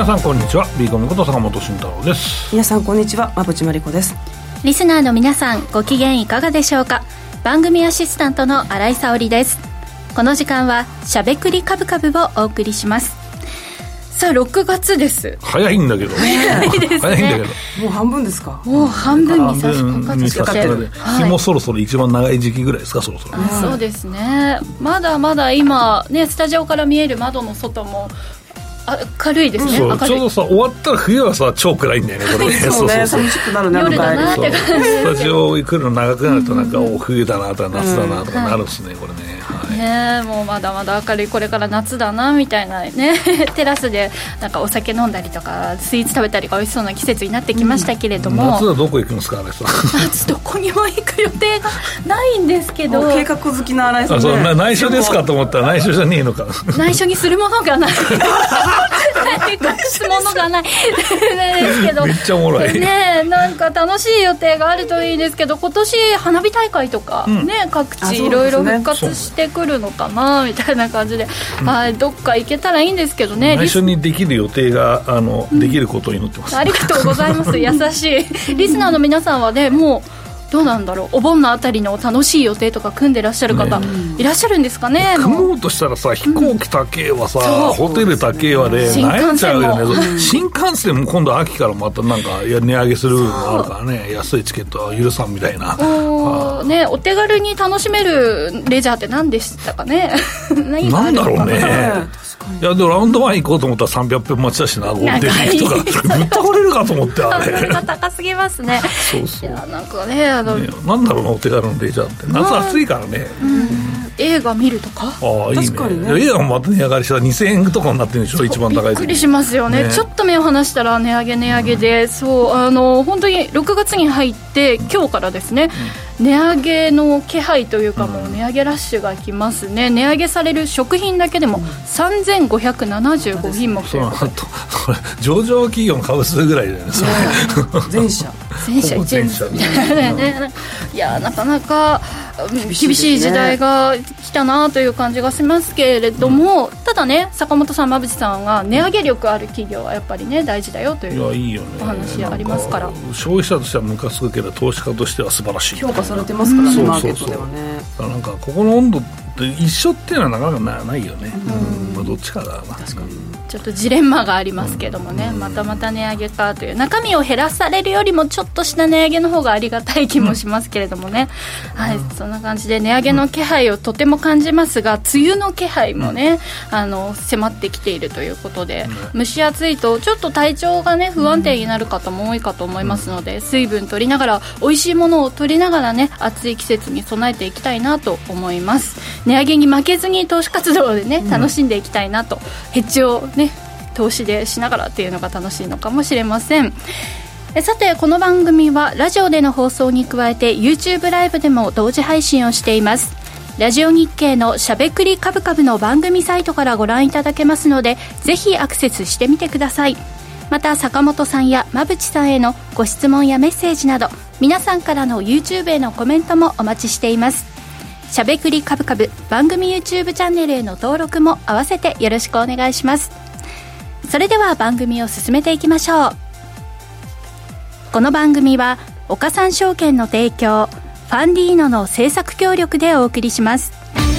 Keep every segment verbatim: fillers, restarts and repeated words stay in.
皆さんこんにちは。ビーコムこと坂本慎太郎です。 皆さんこんにちは。馬淵真理子です。 リスナーの皆さんご機嫌いかがでしょうか。番組アシスタントの新井沙織です。この時間はしゃべくりカブカブをお送りします。さあろくがつです。 早いんだけど早いですね。 早いんだけどもう半分ですか。 もう半分に差し掛かってきて、 はい、日もそろそろ一番長い時期ぐらいですか。そろそろ、 ね、そうですね。まだまだ今ねスタジオから見える窓の外も明るいですね。 そうちょうどさ終わったら冬はさ超暗いんだよねこれね。 そうね、寂しくなるね。 夜だなって感じ。 スタジオ行くの長くなるとなんか、うんうん、お冬だなとか夏だなとかなるんですね、うん、これね。はい、 ねもうまだまだ明るいこれから夏だなみたいなねテラスでなんかお酒飲んだりとかスイーツ食べたりが美味しそうな季節になってきましたけれども、うん、 夏はどこ行くんですかあれさ。 夏どこにも行く予定がないんですけど。 計画好きな新井さん、ね、 あそう内緒ですかと思ったら内緒じゃねえのか。 内緒にするものがない隠すものがないですけどめっちゃおもろいね。なんか楽しい予定があるといいですけど、今年花火大会とか、うん、ね各地いろいろ復活してくるのかなみたいな感じで、うん、はい、どっか行けたらいいんですけどね。 内緒にできる予定があの、うん、できることを祈ってます。 ありがとうございます。優しいリスナーの皆さんはね、もうどうなんだろう、お盆のあたりの楽しい予定とか組んでらっしゃる方、ね、いらっしゃるんですかね。 組もうとしたらさ飛行機高えわさ、うん、ホテル高えわで悩んじゃうよね。新幹線も今度秋からまたなんか値上げするのあるからね。安いチケットは許さんみたいな。 お、ね、お手軽に楽しめるレジャーって何でしたかね。 なんだろうね。いやでもラウンドワン行こうと思ったらさんびゃっぷん待ちだしな。ゴールデンウィークとかぶったこれるかと思ってあれ高すぎますね。 そうそう。いやなんかねあの、 ね、なんだろうなお手軽のレジャーって夏暑いからね、うん、 映画見るとか。 ああいいね。 確かにね。 映画もまた値上がりしたらにせんえんとかになってるんでしょ一番高い時。 びっくりしますよ ね, ね。ちょっと目を離したら値上げ値上げで、うん、そうあの本当にろくがつに入って今日からですね、うん、値上げの気配というか、もう値上げラッシュが来ますね。値上げされる食品だけでもさんぜんごひゃくななじゅうごひんもくということで、 これ上場企業の株数ぐらいだよね。 全社全社全社みたいなね。いやなかなか厳しい時代が来たなという感じがしますけれども、うん、ただね坂本さん馬淵さんが値上げ力ある企業はやっぱりね大事だよというお話ありますから。 消費者としてはムカつくけど投資家としては素晴らしい評価されてますからね、うん、マーケットではね。 そうそうそう。なんかここの温度って一緒っていうのはなかなか な, ないよね、うん、まあ、どっちかだな。確かにちょっとジレンマがありますけどもね、うん、またまた値上げかという、中身を減らされるよりもちょっとした値上げの方がありがたい気もしますけれどもね、うん、はい、そんな感じで値上げの気配をとても感じますが、梅雨の気配もね、うん、あの迫ってきているということで、うん、蒸し暑いとちょっと体調がね不安定になる方も多いかと思いますので、水分取りながら美味しいものを取りながらね暑い季節に備えていきたいなと思います。値上げに負けずに投資活動でね楽しんでいきたいなと、ヘッジをね投資でしながらっていうのが楽しいのかもしれません。えさてこの番組はラジオでの放送に加えて YouTube ライブでも同時配信をしています。ラジオ日経のしゃべくりカブカブの番組サイトからご覧いただけますので、ぜひアクセスしてみてください。また坂本さんや馬淵さんへのご質問やメッセージなど、皆さんからの YouTube へのコメントもお待ちしています。しゃべくりカブカブ番組 YouTube チャンネルへの登録も合わせてよろしくお願いします。それでは番組を進めていきましょう。この番組は岡三証券の提供、ファンディーノの制作協力でお送りします。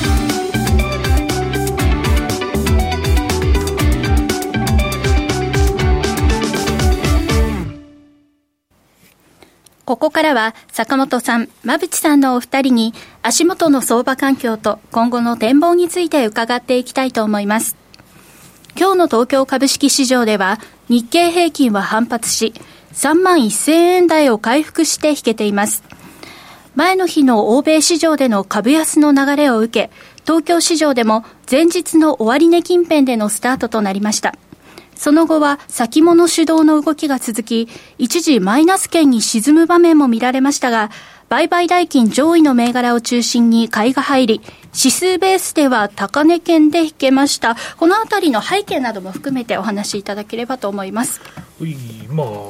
ここからは坂本さん、馬淵さんのお二人に足元の相場環境と今後の展望について伺っていきたいと思います。今日の東京株式市場では日経平均は反発しさんまんせんえん台を回復して引けています。前の日の欧米市場での株安の流れを受け、東京市場でも前日の終値近辺でのスタートとなりました。その後は先物主導の動きが続き、一時マイナス圏に沈む場面も見られましたが、売買代金上位の銘柄を中心に買いが入り、指数ベースでは高値圏で引けました。このあたりの背景なども含めてお話しいただければと思います。 いまあ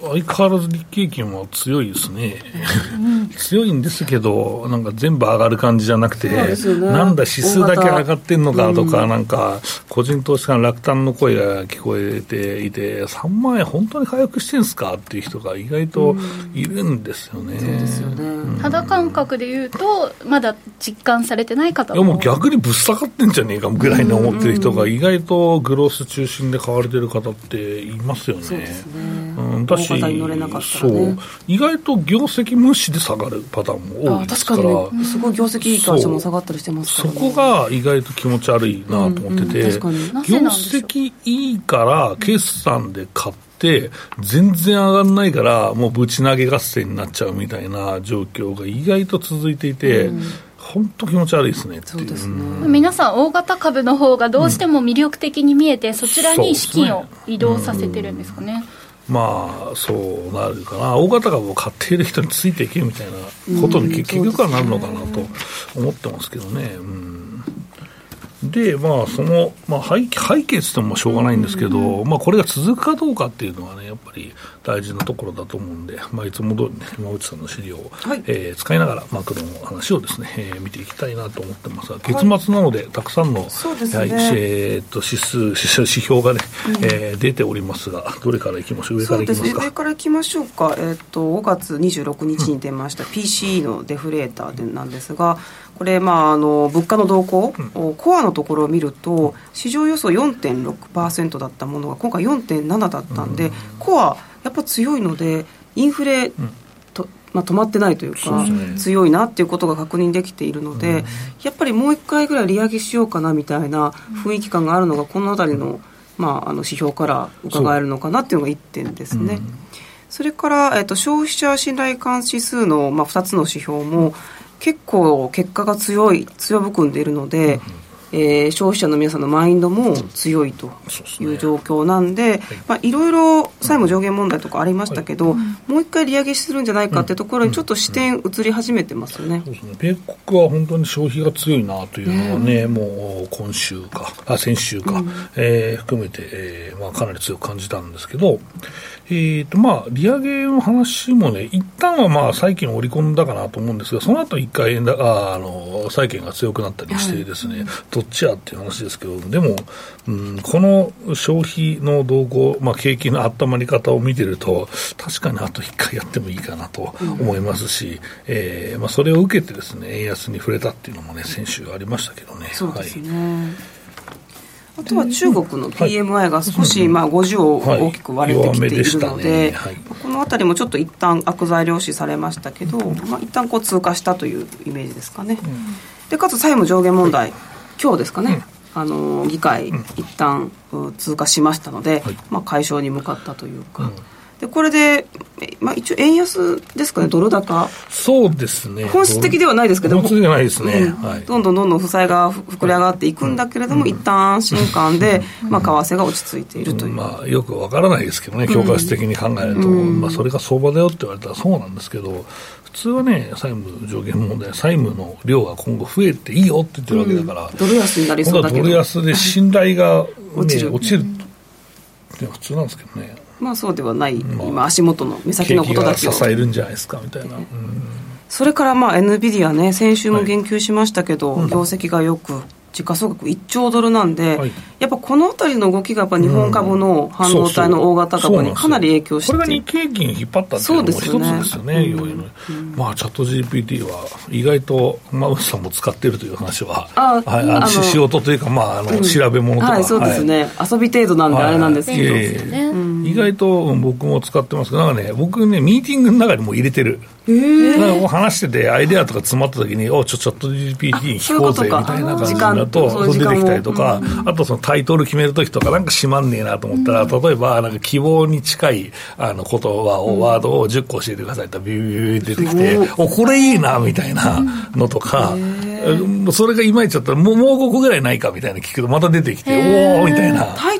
相変わらず日経平均は強いですね、うん、強いんですけどなんか全部上がる感じじゃなくて、ね、なんだ指数だけ上がってんのかとか、うん、なんか個人投資家の落胆の声が聞こえていてさんまんえん本当に回復してんすかっていう人が意外といるんですよね、うん、そうですよね、うん、 肌感覚でいうとまだ実感されてない方もいやもう逆にぶっ下がってんじゃねえかぐらいに思ってる人が意外とグロース中心で買われてる方っていますよね。 そうですね、 うん、だし乗れなかったらね、 そう意外と業績無視で下がるパターンも多いですから、 あ確かにね、すごい業績いい会社も下がったりしてますからね。 そこが意外と気持ち悪いなと思ってて、うんうん、業績いいから決算で買って全然上がんないからもうぶち投げ合戦になっちゃうみたいな状況が意外と続いていて、うん本当気持ち悪いですね。 そうですね、 うん、皆さん大型株の方がどうしても魅力的に見えて、うん、そちらに資金を移動させてるんですかね。 うん、まあそうなるかな。大型株を買っている人についていけみたいなことに結局はなるのかなと思ってますけどね。うんでまあその、まあ、背景背景って言ってもしょうがないんですけど、うんまあ、これが続くかどうかっていうのはねやっぱり大事なところだと思うんで、まあ、いつも通りね山内さんの資料を、はいえー、使いながらマクロの話をですね、えー、見ていきたいなと思ってますが月末なのでたくさんの、 そうですねはいえー、と指数指標がね、うんえー、出ておりますがどれからいきましょう。上からいきますか。 そうですね、上からいきましょうか。えー、とごがつにじゅうろくにちに出ました ピーシーイー のデフレーターでなんですがこれ、まあ、あの物価の動向、うん、コアのところを見ると市場予想 よんてんろくパーセント だったものが今回 よんてんなな だったんで、うん、コアやっぱ強いのでインフレと、まあ、止まってないというか、ね、強いなっていうことが確認できているので、うん、やっぱりもう一回ぐらい利上げしようかなみたいな雰囲気感があるのがこのあたりの、まあ、あの指標から伺えるのかなっていうのがいってんですね。 そ, それから、えっと、消費者信頼感指数の、まあ、ふたつの指標も結構結果が強い強含んでいるので、うんえー、消費者の皆さんのマインドも強いという状況なんで、まあ、いろいろ債務上限問題とかありましたけど、はい、もう一回利上げするんじゃないかっていうところにちょっと視点移り始めてますよね。 そうですね。米国は本当に消費が強いなというのはね、うん、もう今週かあ先週か、うんえー、含めて、えーまあ、かなり強く感じたんですけど、えーとまあ、利上げの話もね一旦はまあ債券を織り込んだかなと思うんですがその後一回円高ああの債券が強くなったりしてですね、はい、どっちやっていう話ですけどでも、うん、この消費の動向、まあ、景気の温まり方を見てると確かにあと一回やってもいいかなと思いますし、うんえーまあ、それを受けてですね円安に触れたっていうのもね先週ありましたけどね。 そうですね、はいあとは中国の ピーエムアイ が少しまあごじゅうを大きく割れてきているので、はいねはい、このあたりもちょっと一旦悪材料視されましたけど、まあ、一旦こう通過したというイメージですかね、うん、でかつ債務上限問題、はい、今日ですかね、うん、あの議会一旦通過しましたので、はいまあ、解消に向かったというか、うんでこれで、まあ、一応円安ですかねドル高そうですね本質的ではないですけど本質的ではないですね、 うんはい、どんどんどんどん負債が膨れ上がっていくんだけれども、うん、一旦安心感で、うんまあ、為替が落ち着いているという、 うんまあ、よくわからないですけどね教科書的に考えると、うんまあ、それが相場だよって言われたらそうなんですけど普通はね債務上限問題債務の量が今後増えていいよって言ってるわけだから、 うん、ドル安になりそうだけどドル安で信頼が、ね、落ちる、落ちるって普通なんですけどねまあそうではない、まあ、今足元の目先のことだけを景気が支えるんじゃないですかみたいな、うん、 それからまあ エヌビディア ね先週も言及しましたけど、はい、業績がよく時価総額いっちょうドルなんで、はい、やっぱこのあたりの動きがやっぱ日本株の半導体の大型株にかなり影響して、 これが日経平均引っ張ったっていうのも一つですよね。要因のまあチャット ジーピーティー は意外と馬渕さんも使っているという話はあ、はい、あの仕事というか、まあ、あの、うん、調べ物とか、 はい、そうですね、はい、遊び程度なんであれなんですけど、はいえーうん、意外と僕も使ってますけどなんかね僕ねミーティングの中にも入れてるえー、 話しててアイデアとか詰まった時におちょチャット ジーピーティー に聞こうぜみたいな感じだとそう出てきたりとか、うん、あとそのタイトル決める時とかなんか閉まんねえなと思ったら、うん、例えばなんか希望に近いあの言葉を、うん、ワードをじゅっこ教えてくださいってビュービュー出てきて、うん、おこれいいなみたいなのとか、うん、それがいまいちだったらもう、もうごこぐらいないかみたいな聞くとまた出てきておーみたいなタイ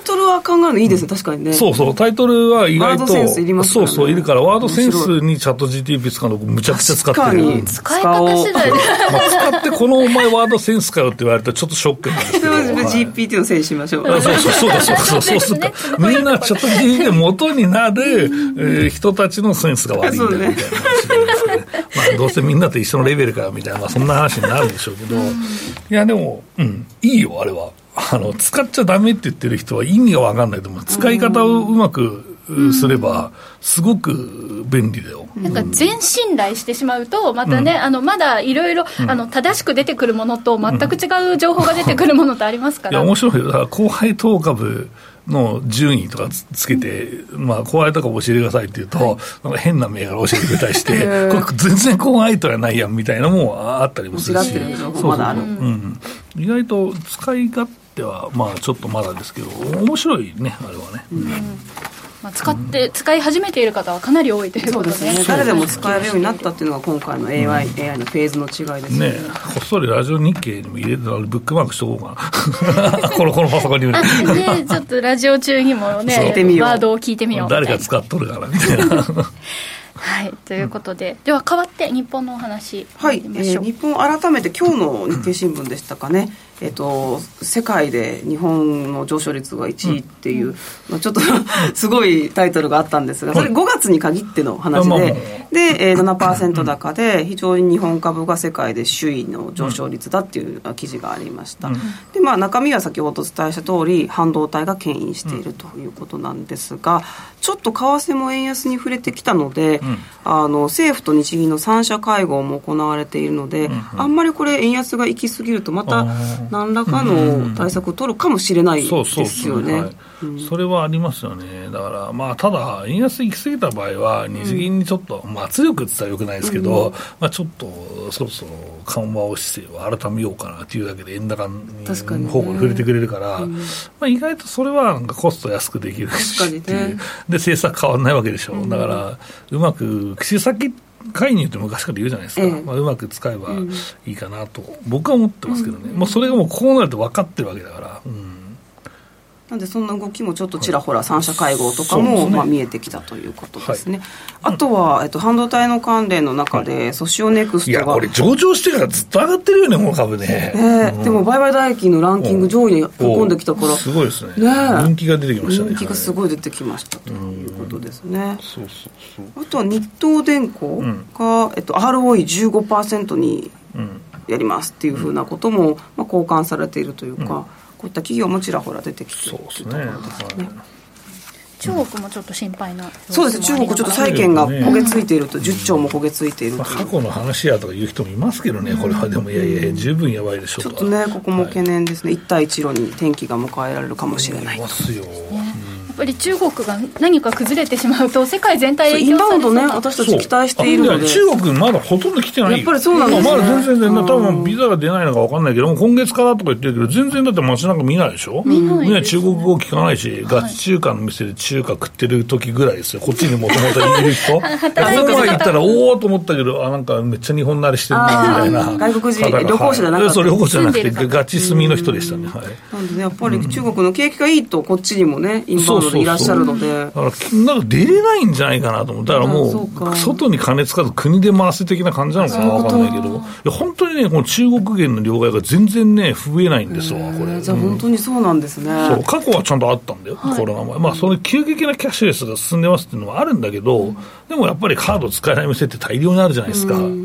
トルは考えるのいいですね、うん、確かにね。 そうそう、タイトルは意外とワードセンスいりますからね。そうそう、いるからワードセンスにチャット ジーティーピー 使うのむちゃくちゃ使ってる。 使い方次第で、 まあ、使ってこのお前ワードセンスかよって言われたらちょっとショックなんですけどそれは ジーピーティー のせいにしましょう。 そうそうそうだそうそうそうするとみんなチャット ジーティーピー で元になる、えー、人たちのセンスが悪いんだみたいな話ですね。まあどうせみんなと一緒のレベルかみたいな、まあ、そんな話になるんでしょうけど、いやでも、うん、いいよあれは。あの使っちゃダメって言ってる人は意味が分かんないと思う。使い方をうまくすればすごく便利だよ。 なんか全信頼してしまうとまたね、うん、あのまだいろいろ正しく出てくるものと全く違う情報が出てくるものとありますから、 いや面白いよ。だから後輩当株の順位とか つ, つけて、まあ、後輩とか教えてくださいって言うと、はい、なんか変な銘柄教えてくれたりしてこれ全然後輩とはないやんみたいなのもあったりもするし、 間違ってる情報まだある。 そうそう、うん、意外と使い勝手はまあちょっとまだですけど面白いねあれはね、うんまあ、使って、うん、使い始めている方はかなり多いということで、 そうですね、誰でも使えるようになったっていうのが今回の エーアイ,、うん、エーアイ のフェーズの違いですね。 ねこっそりラジオ日経にも入れてたらブックマークしとこうかなこのこのパソコンにねちょっとラジオ中にもねワードを聞いてみようみたいな、 誰か使っとるからみたいなはい、ということで、うん、では変わって日本のお話はい、えー、日本改めて今日の日経新聞でしたかね、えっと、世界で日本の上昇率がいちいっていう、うんまあ、ちょっとすごいタイトルがあったんですが、それごがつに限っての話で、うん、で、えー、ななパーセント 高で非常に日本株が世界で首位の上昇率だっていう記事がありました、うん、で、まあ、中身は先ほどお伝えした通り半導体が牽引しているということなんですが、ちょっと為替も円安に触れてきたので、うん、あの政府と日銀のさん者会合も行われているので、うんうん、あんまりこれ円安が行き過ぎるとまた何らかの対策を取るかもしれないですよね。 それはありますよね。だから、まあ、ただ円安行き過ぎた場合は日銀にちょっと、うんまあ、圧力って言ったらよくないですけど、うんまあ、ちょっとそろそろ緩和を姿勢を改めようかなというだけで円高の方向に触れてくれるから、ねうんまあ、意外とそれはなんかコスト安くできるし確かに、ね、 で政策変わらないわけでしょ、うん、だからうまく口先介入って昔から言うじゃないですか、ええまあ、うまく使えばいいかなと僕は思ってますけどね、うん、もうそれがもうこうなると分かってるわけだから、うん、 なんでそんな動きもちょっとちらほら三者会合とかも、ねまあ、見えてきたということですね、はい、あとは、えっと、半導体の関連の中で、はい、ソシオネクストがいやこれ上場してからずっと上がってるよねこの株ね、 ねうん、でも売買代金のランキング上位に運んできたからすごいですね、ね人気が出てきましたね。 人気がすごい出てきましたということですね。 そうそうそうあとは日東電工が、うんえっと、アールオーイーじゅうごパーセント にやりますっていうふうなことも、まあ、交換されているというか、うん、こういった企業もちらほら出てきているというところですね。 中国もちょっと心配な、 そうですね。中国ちょっと債券が焦げついていると、じゅっちょうも焦げついているという、 まあ、過去の話やとか言う人もいますけどね、うん、これはでもいやいや十分やばいでしょうちょっとねここも懸念ですね、はい、一帯一路に転機が迎えられるかもしれないいますよ、 ねやっぱり中国が何か崩れてしまうと世界全体影響されそう。 インバウンドね私たち期待しているので中国まだほとんど来てないよ。 やっぱりそうなんですね、 まだ全然全然多分ビザが出ないのか分かんないけども今月からとか言ってるけど全然だって街中見ないでしょ。 見ないです、 ね、中国語聞かないし、はい、ガチ中華の店で中華食ってる時ぐらいですよこっちにもともといる人この前行ったらおおと思ったけどあなんかめっちゃ日本慣れしてるなみたいな外国人旅行者じゃなくて、 そう旅行者じゃなくてガチ住みの人でしたね、はい、 なんでねやっぱり中国の景気がいいとこっちにもねインバウンドでいらっしゃるのでだからなんか出れないんじゃないかなと思ったらもう外に金使わず国で回す的な感じなのかな分かんないけどいや本当にねこの中国元の両替が全然ね増えないんですわこれ。 じゃあ本当にそうなんですね、 うん、そう過去はちゃんとあったんだよ、はい、コロナ前まあそれ急激なキャッシュレスが進んでますっていうのはあるんだけど、うん、でもやっぱりカード使えない店って大量にあるじゃないですか、うん、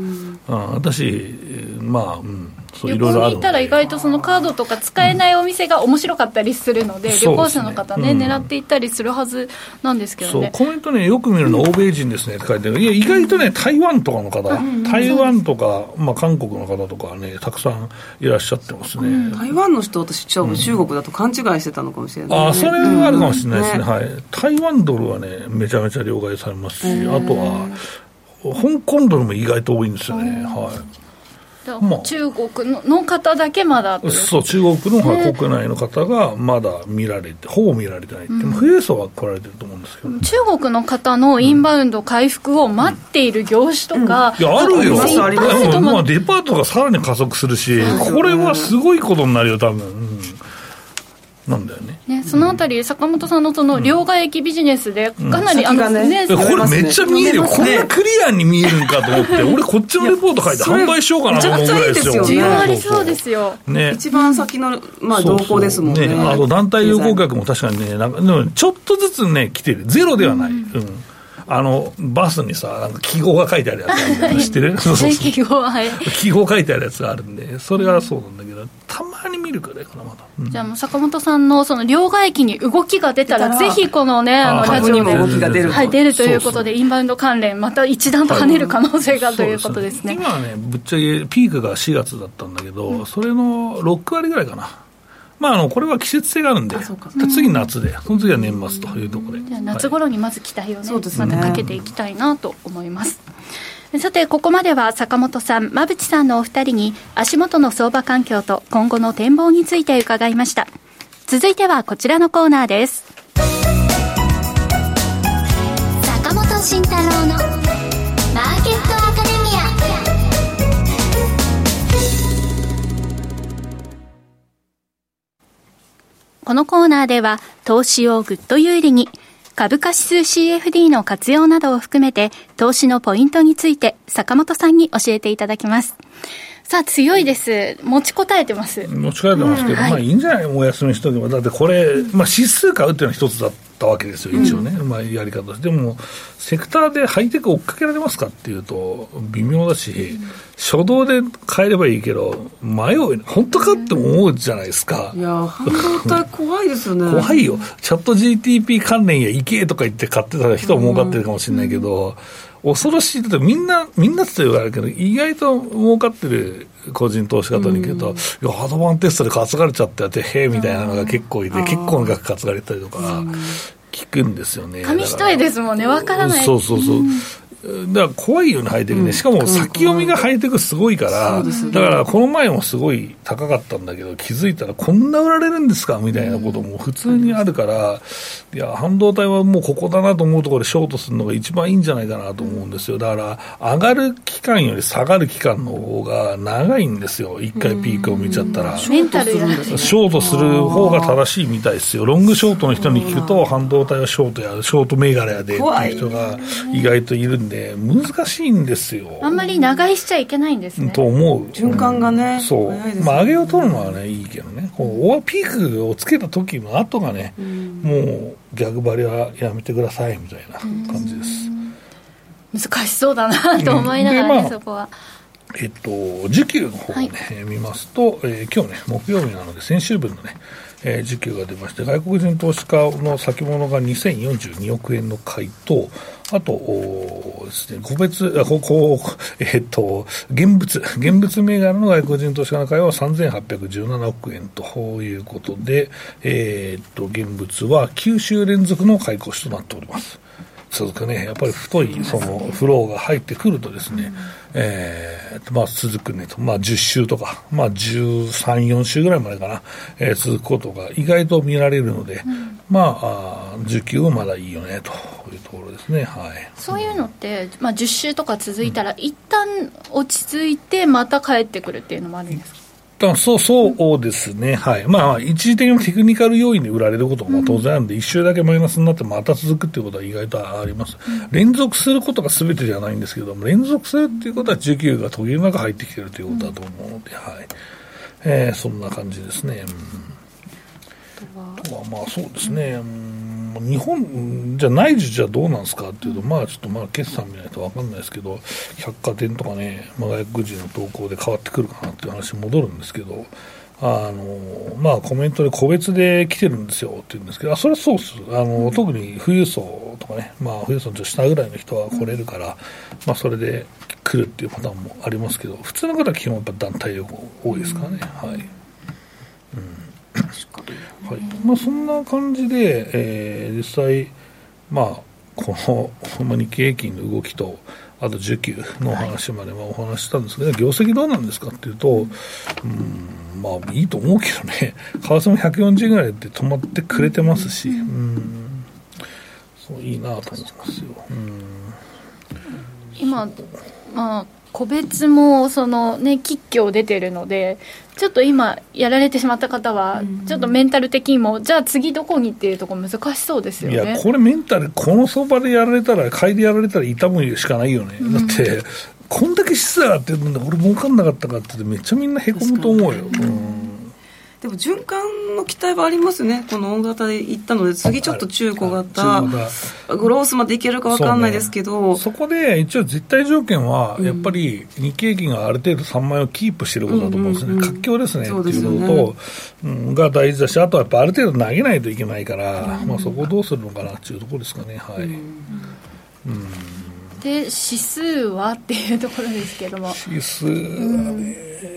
あ私まあうん旅行に行ったら意外とそのカードとか使えないお店が面白かったりするので、うん、旅行者の方ね、うん、狙っていったりするはずなんですけどね。 そうコメントねよく見るの欧米人ですねって書いてるいや意外とね台湾とかの方、うん、台湾とか、まあ、韓国の方とかねたくさんいらっしゃってますね、うん、 台湾の人私中国だと勘違いしてたのかもしれない、ね、 あそれはあるかもしれないですね、うんねはい、台湾ドルはねめちゃめちゃ両替されますしあとは香港ドルも意外と多いんですよね、はいまあ、中国 の, の方だけまだそう中国の国内の方がまだ見られてほぼ見られてないって、うん、富裕層は来られてると思うんですけど中国の方のインバウンド回復を待っている業種とか、 うんうん、いやあるよありますでも、まあ、デパートがさらに加速するしこれはすごいことになるよ多分、うん、なんだよねね、そのあたり、うん、坂本さんのその両替機ビジネスでかなり、うん、あの、ね、 これめっちゃ見えるよ、こんなクリアに見えるんかと思って俺こっちのレポート書いて販売しようかなと思うぐらいですよ。 需要ありそうですよ、 ね、一番先の、まあ、動向ですもんね。 そうそうね、あの団体旅行客も確かにね、なんかでもちょっとずつね来てる、ゼロではない、うんうん、あのバスにさなんか記号が書いてあるやつあるんで知ってるそうそうそう記号は、はい、記号書いてあるやつがあるんで、それはそうなんだけど、たまに見るくらいかなまだ、うん、 じゃあもう坂本さんのその両替機に動きが出たらぜひこのねあのラジオにも動きが出る、はい、出るということで、インバウンド関連また一段と跳ねる可能性が、はい、ということですね。 今はねぶっちゃけピークがしがつだったんだけど、うん、それのろくわりぐらいかな。まあ、あのこれは季節性があるんで、次夏で、その次は年末というところで、 じゃあ夏頃にまず期待をね、はい、またかけていきたいなと思います。さてここまでは坂本さん、馬淵さんのお二人に足元の相場環境と今後の展望について伺いました。続いてはこちらのコーナーです。 坂本慎太郎のマーケットアカデミア。 このコーナーでは投資をぐっと有利に、株価指数 シーエフディー の活用などを含めて投資のポイントについて坂本さんに教えていただきます。さあ強いです。持ちこたえてます。 持ちこたえてますけど、うん、まあいいんじゃない、お休みしとけば。だってこれ、まあ、指数買うっていうのは一つだったわけですよ一応ね、うん、まあやり方として。でもセクターでハイテク追っかけられますかっていうと微妙だし、うん、初動で買えればいいけど迷う、本当かって思うじゃないですか。 いや半導体怖いですよね怖いよ。チャット ジーティーピー 関連やいけとか言って買ってた人は儲かってるかもしれないけど、うん、恐ろしい。だってみんなみんなって言われるけど意外と儲かってる個人投資家とに聞くと、うん、いやアドバンテストで担がれちゃったよってへえみたいなのが結構いて、うん、結構な額担がれたりとか聞くんですよね。 紙一重ですもんね、わからない。 そうそうそう、うん、だから怖いよねハイテクね、うん、しかも先読みがハイテクすごいから、うん、だからこの前もすごい高かったんだけど気づいたらこんな売られるんですかみたいなことも普通にあるから、いや半導体はもうここだなと思うところでショートするのが一番いいんじゃないかなと思うんですよ。だから上がる期間より下がる期間の方が長いんですよ。一回ピークを見ちゃったらメンタルやショートする方が正しいみたいですよ。ロングショートの人に聞くと半導体はショートやショート銘柄やでっていう人が意外といるんで難しいんですよ。 あんまり長居しちゃいけないんですねと思う。 循環がね、 うん、そう、ね、まあ上げを取るのはねいいけどね、こうピークをつけた時の後がね、うん、もう逆張りはやめてくださいみたいな感じです。 難しそうだなと思いながらね、うんまあ、そこはえっと需給の方をね、はい、見ますと、えー、今日ね木曜日なので先週分のねえー、需給が出まして、外国人投資家の先物がにせんよんじゅうにおくえんの買いと、あとですね、個別、あここえー、っと現物現物銘柄の外国人投資家の買いはさんぜんはっぴゃくじゅうななおくえんということで、えー、っと現物はきゅうしゅう連続の買い越しとなっております。続くね、やっぱり太いそのフローが入ってくるとですね、うんえーまあ、続くねと、まあ、じゅっしゅうとか、まあ、じゅうさん、よんしゅうぐらいまでかな、えー、続くことが意外と見られるので、うん、まあ、需給はまだいいよねというところですね、はい、 そういうのって、まあ、じゅっしゅうとか続いたら、うん、一旦落ち着いてまた帰ってくるっていうのもあるんですか？ そうそうですね、はい。まあ、一時的にテクニカル要因で売られることも当然あるんで、うん、一周だけマイナスになってまた続くっていうことは意外とあります。うん、連続することが全てじゃないんですけども、連続するっていうことは需給が途切れなく入ってきてるということだと思うので、うん、はい。えー、そんな感じですね。うん、あとはまあそうですね、うん、日本じゃ内需じゃどうなんですかっていうと、まあちょっとまあ決算見ないと分かんないですけど、百貨店とかね、まあ、外国人の動向で変わってくるかなっていう話に戻るんですけど、あのまあコメントで個別で来てるんですよって言うんですけど、あそれはそうです。あの特に富裕層とかね、まあ富裕層の下ぐらいの人は来れるから、まあそれで来るっていうパターンもありますけど、普通の方は基本やっぱ団体旅行多いですからね、はい。うんはい、まあ、そんな感じで、えー、実際、まあ、この日経平均の動きとあと需給の話までお話ししたんですけど、業績どうなんですかっていうと、うん、まあいいと思うけどね、為替もひゃくよんじゅうぐらいで止まってくれてますし、うん、そういいなと思いますよ。うん今、まあ、個別もその、ね、吉居出てるのでちょっと今やられてしまった方はちょっとメンタル的にもじゃあ次どこにっていうところ難しそうですよね。 いやこれメンタルこの相場でやられたら買いでやられたら痛むしかないよね、うん、だってこんだけ質があってるんで俺儲かんなかったかってめっちゃみんなへこむと思うよ、うん、 でも循環の期待はありますね。この大型で行ったので次ちょっと中小型グロースまでいけるか分かんないですけどそ,、ね、そこで一応絶対条件はやっぱり日経平均がある程度さんまいをキープしていることだと思うんですね、うんうんうん、活況ですねっていうことと、うん、が大事だしあとはやっぱある程度投げないといけないから、うんまあ、そこをどうするのかなっていうところですかね。はい、うんうんで指数はっていうところですけども指数はね、うん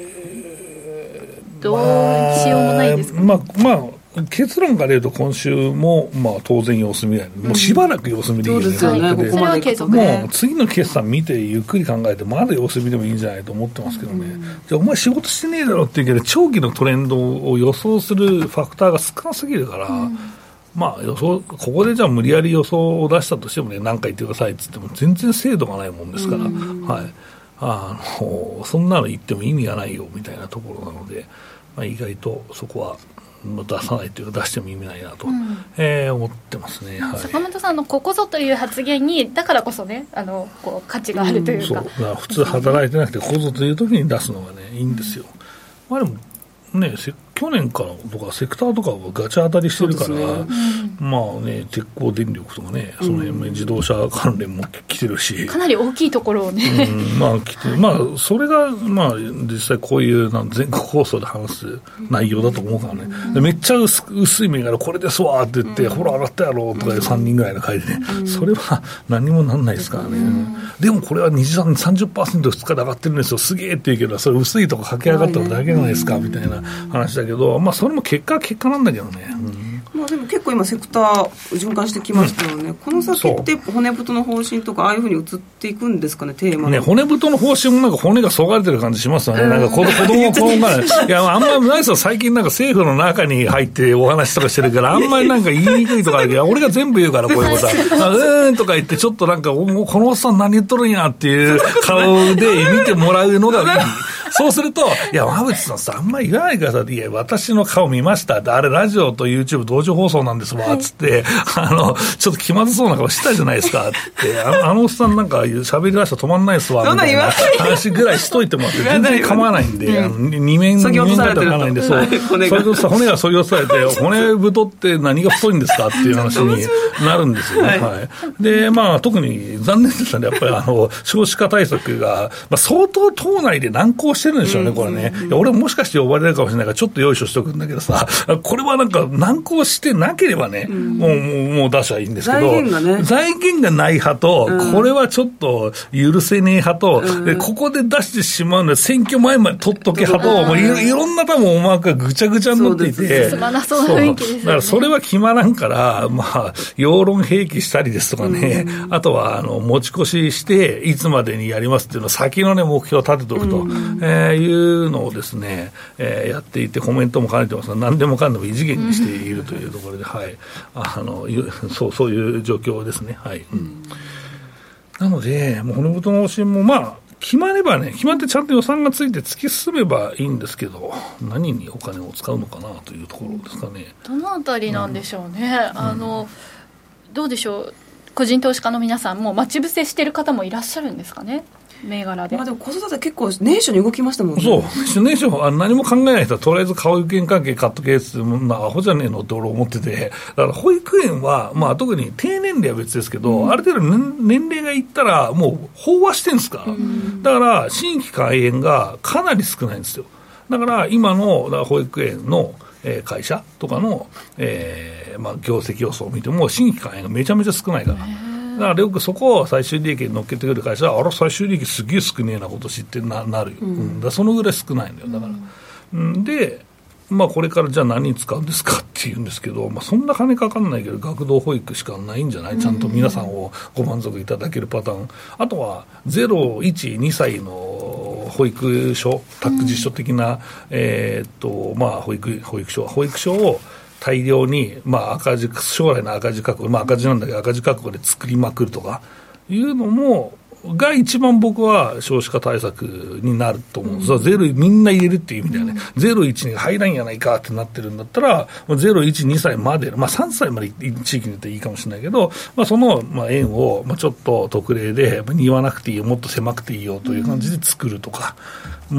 どうしようもないですか、ね、 まあまあ結論から言うと今週もまあ当然様子見ない、うん、もうしばらく様子見でいいよね、 そうですよね、ここまで継続ね、もう次の決算見てゆっくり考えてまだ様子見でもいいんじゃないと思ってますけどね、うん、じゃあお前仕事してねえだろって言うけど長期のトレンドを予想するファクターが少なすぎるから、うんまあ、予想ここでじゃあ無理やり予想を出したとしてもね何か言ってくださいって言っても全然精度がないもんですから、はい、あのそんなの言っても意味がないよみたいなところなので、まあ、意外とそこは出さないというか出しても意味ないなと、うんえー、思ってますね、はい、 坂本さんのここぞという発言にだからこそねあのこう価値があるというか、うん、 そうだから普通働いてなくてここぞという時に出すのがねいいんですよ。まあでもね、去年からとかセクターとかがガチ当たりしてるから、ねうん、まあね鉄鋼電力とかねその辺も自動車関連も来てるし、うん、 かなり大きいところをね、 うん、まあ来てまあそれがまあ実際こういうなん全国放送で話す内容だと思うからね、うん、でめっちゃ 薄, 薄い銘柄これですわって言って、うん、ほら上がったやろとかでさんにんぐらいの回でね、うん、それは何もなんないですからね、うん、でもこれはにじゅう、さんじゅっパーセント ふつかで上がってるんですよすげえって言うけどそれ薄いとか駆け上がっただけじゃないですかみたいな話だけど、まあ、それも結果は結果なんだけどね、 うんまあ、でも結構今セクター循環してきましたよね、うん、この先って骨太の方針とかああいうふうに移っていくんですかねテーマね骨太の方針もなんか骨がそがれてる感じしますよね、うん、なんか子供子供が、ね、いやあんまりないですよ最近なんか政府の中に入ってお話とかしてるからあんまりなんか言いにくいとかあるけど俺が全部言うからこういうことはうーんとか言ってちょっとなんかもうこのおっさん何言っとるんやっていう顔で見てもらうのがいいそうするといや馬渕さんさあんまり言わないでくださいっていや私の顔見ましたってあれラジオと YouTube 同時放送なんですわつって、はい、あのちょっと気まずそうな顔したじゃないですかってあの、あのおっさんなんか喋り出したら止まんないですわみたいな話ぐらいしといてもらって全然構わないんで、うん、二面二面だったら構わないんでそう骨が骨がそぎ落とされて骨太って何が太いんですかっていう話になるんですよね、はいはい、でまあ特に残念でしたねやっぱりあの少子化対策が、まあ、相当党内で難航してるんでしょうね、うん、これね、いや俺もしかして呼ばれるかもしれないからちょっと用意しとくんだけどさこれはなんか難航してなければね、うん、もうもうもう出しゃいいんですけど財源がね財源がない派と、うん、これはちょっと許せねえ派と、うん、でここで出してしまうので選挙前まで取っとけ派と、うん、もう い, いろんな多分思惑がぐちゃぐちゃになっていてすまなそうな雰囲気ですよね。 だからそれは決まらんからまあ養論併記したりですとかね、うん、あとはあの持ち越ししていつまでにやりますっていうのを先のね目標を立てておくと、うんえー、いうのをですね、えー、やっていてコメントも兼ねてますが何でもかんでも異次元にしているというところで、うん、はいあのそうそういう状況ですね、はいうん、なのでもう骨太の方針もまあ決まればね決まってちゃんと予算がついて突き進めばいいんですけど何にお金を使うのかなというところですかね。 どのあたりなんでしょうね、うん、あのどうでしょう個人投資家の皆さんも待ち伏せしている方もいらっしゃるんですかね銘柄で。 まあ、でも子育て結構年初に動きましたもんね。 そう年初あ何も考えない人はとりあえず保育園関係買っとけってアホじゃねえのって俺思っててだから保育園は、まあ、特に低年齢は別ですけど、うん、ある程度年齢がいったらもう飽和してるんですから、うん、だから新規開園がかなり少ないんですよ。だから今のだから保育園のえー、会社とかの、えーまあ、業績予想を見ても新規開園がめちゃめちゃ少ないからだからよくそこを最終利益に乗っけてくる会社はあら最終利益すげえ少ねえなこと知ってな、なるよ、うんうん、だそのぐらい少ないんだよだから、うん、でまあ、これからじゃあ何に使うんですかって言うんですけど、まあ、そんな金かかんないけど学童保育しかないんじゃないちゃんと皆さんをご満足いただけるパターン、あとはゼロ、いち、にさいの保育所託児所的な、うんえーっとまあ、保育、保育所保育所を大量に、まあ、赤字将来の赤字覚悟、まあ、赤字なんだけど赤字覚悟で作りまくるとかいうのもが一番僕は少子化対策になると思うんです、うん、ゼロみんな入れるっていう意味ではね、うん、ゼロいちに入らんやないかってなってるんだったらゼロいちにさいまで、まあ、さんさいまで地域によっていいかもしれないけど、まあ、そのまあ円をまあちょっと特例で言わなくていいよもっと狭くていいよという感じで作るとか、うん、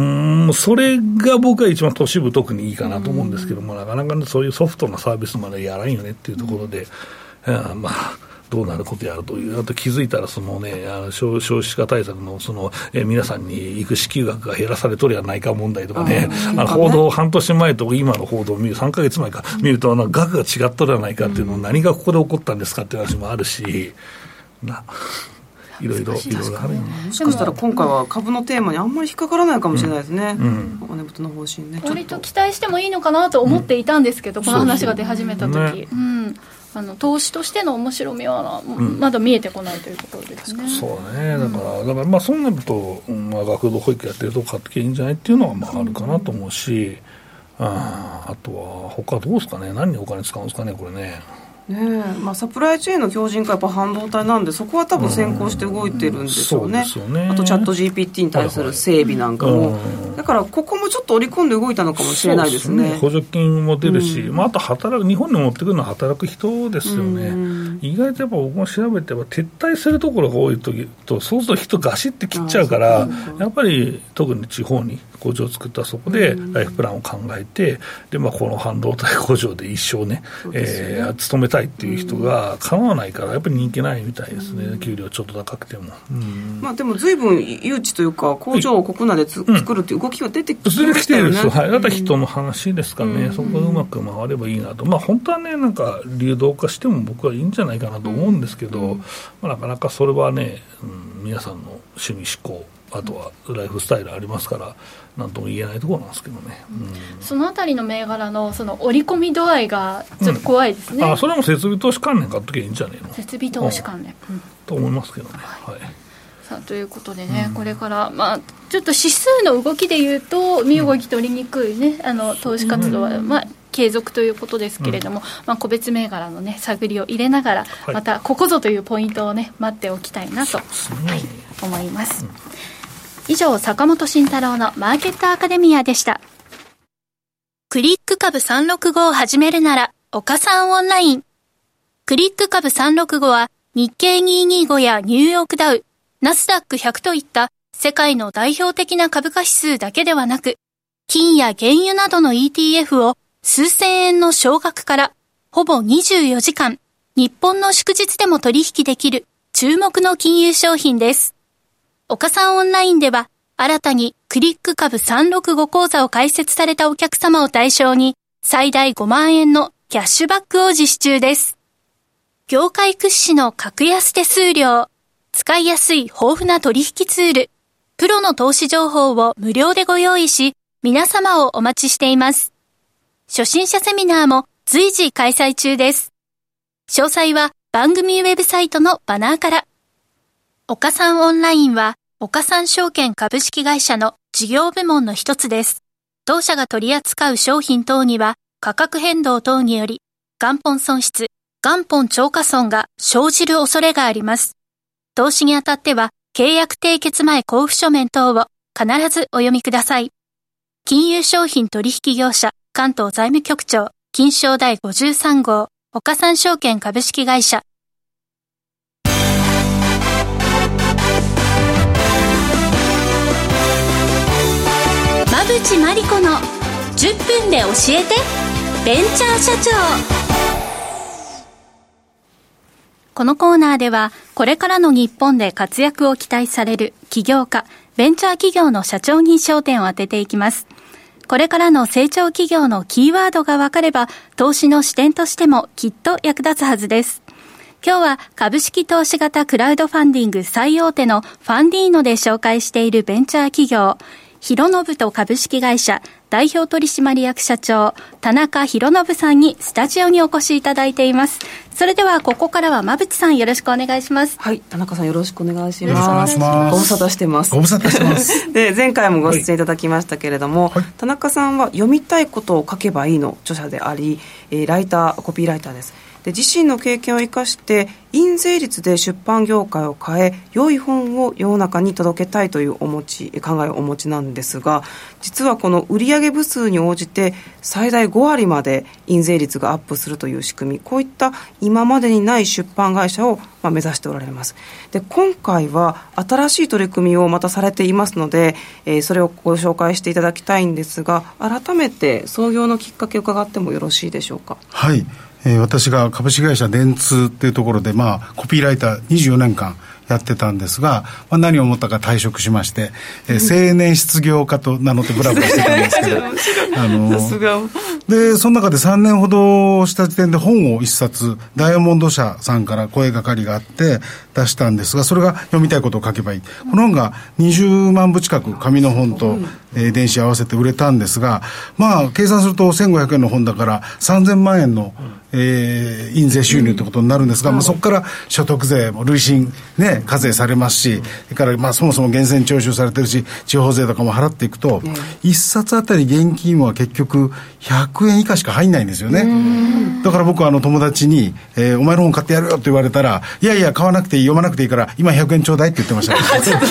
うんそれが僕は一番都市部特にいいかなと思うんですけども、うん、なかなか、ね、そういうソフトなサービスまでやらんよねっていうところで、うんうん、まあどうなることやるという、あと気づいたらその、ね、あの 少, 少子化対策 の, その、え皆さんに行く支給額が減らされとるやないか問題とかね、ああの報道、半年前と今の報道を見る、さんかげつまえか見ると、あの額が違っとるやないかっていうのを、何がここで起こったんですかっていう話もあるし、ないろいろいろいろあるよね。 もしかしたら今回は株のテーマにあんまり引っかからないかもしれないですね、うんうん、お金太の方針ね。 割と期待してもいいのかなと思っていたんですけど、うん、この話が出始めた時、ねうん、あの投資としての面白みはまだ見えてこないというところですね、うん、 そうね、だから、だからまあそうなると、まあ、学童保育やってるとこ買ってきゃいいんじゃないっていうのはまああるかなと思うし、うん、あ, あとは他どうですかね、何にお金使うんですかねこれね。 ねえまあ、サプライチェーンの強靭化はやっぱ半導体なんで、そこは多分先行して動いてるんでしょうね、うん、そうですよね。あとチャット ジーピーティー に対する整備なんかも、はいはい、だからここもちょっと織り込んで動いたのかもしれないですね。そうですね、補助金も出るし、うんまあ、あと働く日本に持ってくるのは働く人ですよね、うん、意外とやっぱ僕も調べて撤退するところが多いときと、そうすると人ガシって切っちゃうから、やっぱり特に地方に工場を作ったそこでライフプランを考えて、で、まあ、この半導体工場で一生ね、えー、勤めたいっていう人がかなわないからやっぱり人気ないみたいですね、給料ちょっと高くても、うんまあ、 でも随分誘致というか工場を国内でつ、うん、作るっていう動きは出てきましたよね。出てきてるんですよ、はい、だから人の話ですからね、うん、そこがうまく回ればいいなと、まあ、本当はねなんか流動化しても僕はいいんじゃないかなと思うんですけど、うんまあ、なかなかそれはね、うん、皆さんの趣味嗜好あとはライフスタイルありますから何とも言えないところなんですけどね、 うん、そのあたりの銘柄 の, その織り込み度合いがちょっと怖いですね、 うん、あそれはもう設備投資関連買っときゃいいんじゃねえの。 設備投資関連、 うん、と思いますけどね、はいはい、 さあということでね、うん、これから、まあ、ちょっと指数の動きでいうと身動き取りにくいね、うん、あの投資活動は、うんまあ継続ということですけれども、うんまあ、個別銘柄の、ね、探りを入れながら、はい、またここぞというポイントを、ね、待っておきたいなと、はい、思います、うん、以上坂本慎太郎のマーケットアカデミアでした。クリック株さんろくごを始めるなら岡さんオンライン。クリック株さんろくごは日経にひゃくにじゅうごやニューヨークダウ、ナスダックひゃくといった世界の代表的な株価指数だけではなく、金や原油などの イーティーエフ を数千円の少額からほぼにじゅうよじかん、日本の祝日でも取引できる注目の金融商品です。岡さんオンラインでは新たにクリック株さんろくご講座を開設されたお客様を対象に最大ごまんえんのキャッシュバックを実施中です。業界屈指の格安手数料、使いやすい豊富な取引ツール、プロの投資情報を無料でご用意し、皆様をお待ちしています。初心者セミナーも随時開催中です。詳細は番組ウェブサイトのバナーから。岡さんオンラインは岡さん証券株式会社の事業部門の一つです。当社が取り扱う商品等には価格変動等により元本損失、元本超過損が生じる恐れがあります。投資にあたっては契約締結前交付書面等を必ずお読みください。金融商品取引業者関東財務局長金商第ごじゅうさん号岡三証券株式会社。馬淵真理子のじゅっぷんで教えてベンチャー社長。このコーナーではこれからの日本で活躍を期待される起業家、ベンチャー企業の社長に焦点を当てていきます。これからの成長企業のキーワードが分かれば、投資の視点としてもきっと役立つはずです。今日は株式投資型クラウドファンディング最大手のファンディーノで紹介しているベンチャー企業、広信と株式会社代表取締役社長田中広信さんにスタジオにお越しいただいています。それではここからは馬淵さんよろしくお願いします。 はい、田中さんよろしくお願いします。ご無沙汰してます。 ご無沙汰してますで前回もご出演いただきましたけれども、はい、田中さんは読みたいことを書けばいいの著者であり、えー、ライターコピーライターです。 で自身の経験を生かして印税率で出版業界を変え良い本を世の中に届けたいというお持ち考えをお持ちなんですが、実はこの売上部数に応じて最大ごわりまで印税率がアップするという仕組み、こういった今までにない出版会社をまあ目指しておられます。で今回は新しい取り組みをまたされていますので、えー、それをご紹介していただきたいんですが、改めて創業のきっかけを伺ってもよろしいでしょうか。 はい、えー、私が株式会社電通っていうところで、まあ、コピーライターにじゅうよねんかんやってたんですが、まあ、何を思ったか退職しまして、えー、青年失業家と名乗ってブラブラしてたんですけどあのでその中でさんねんほどした時点で本を一冊ダイヤモンド社さんから声がかりがあって出したんですが、それが読みたいことを書けばいい。この本がにじゅうまんぶ近く紙の本と、えー、電子合わせて売れたんですが、まあ計算するとせんごひゃくえんの本だからさんぜんまんえんの、えー、印税収入ということになるんですが、まあ、そこから所得税も累進ね課税されますし、それからまあそもそも源泉徴収されてるし地方税とかも払っていくと、うん、いっさつあたり現金は結局ひゃくえん以下しか入んないんですよね。だから僕はあの友達に、えー、お前の本買ってやるよって言われたら、いやいや買わなくていい、読まなくていいから今ひゃくえんちょうだいって言ってました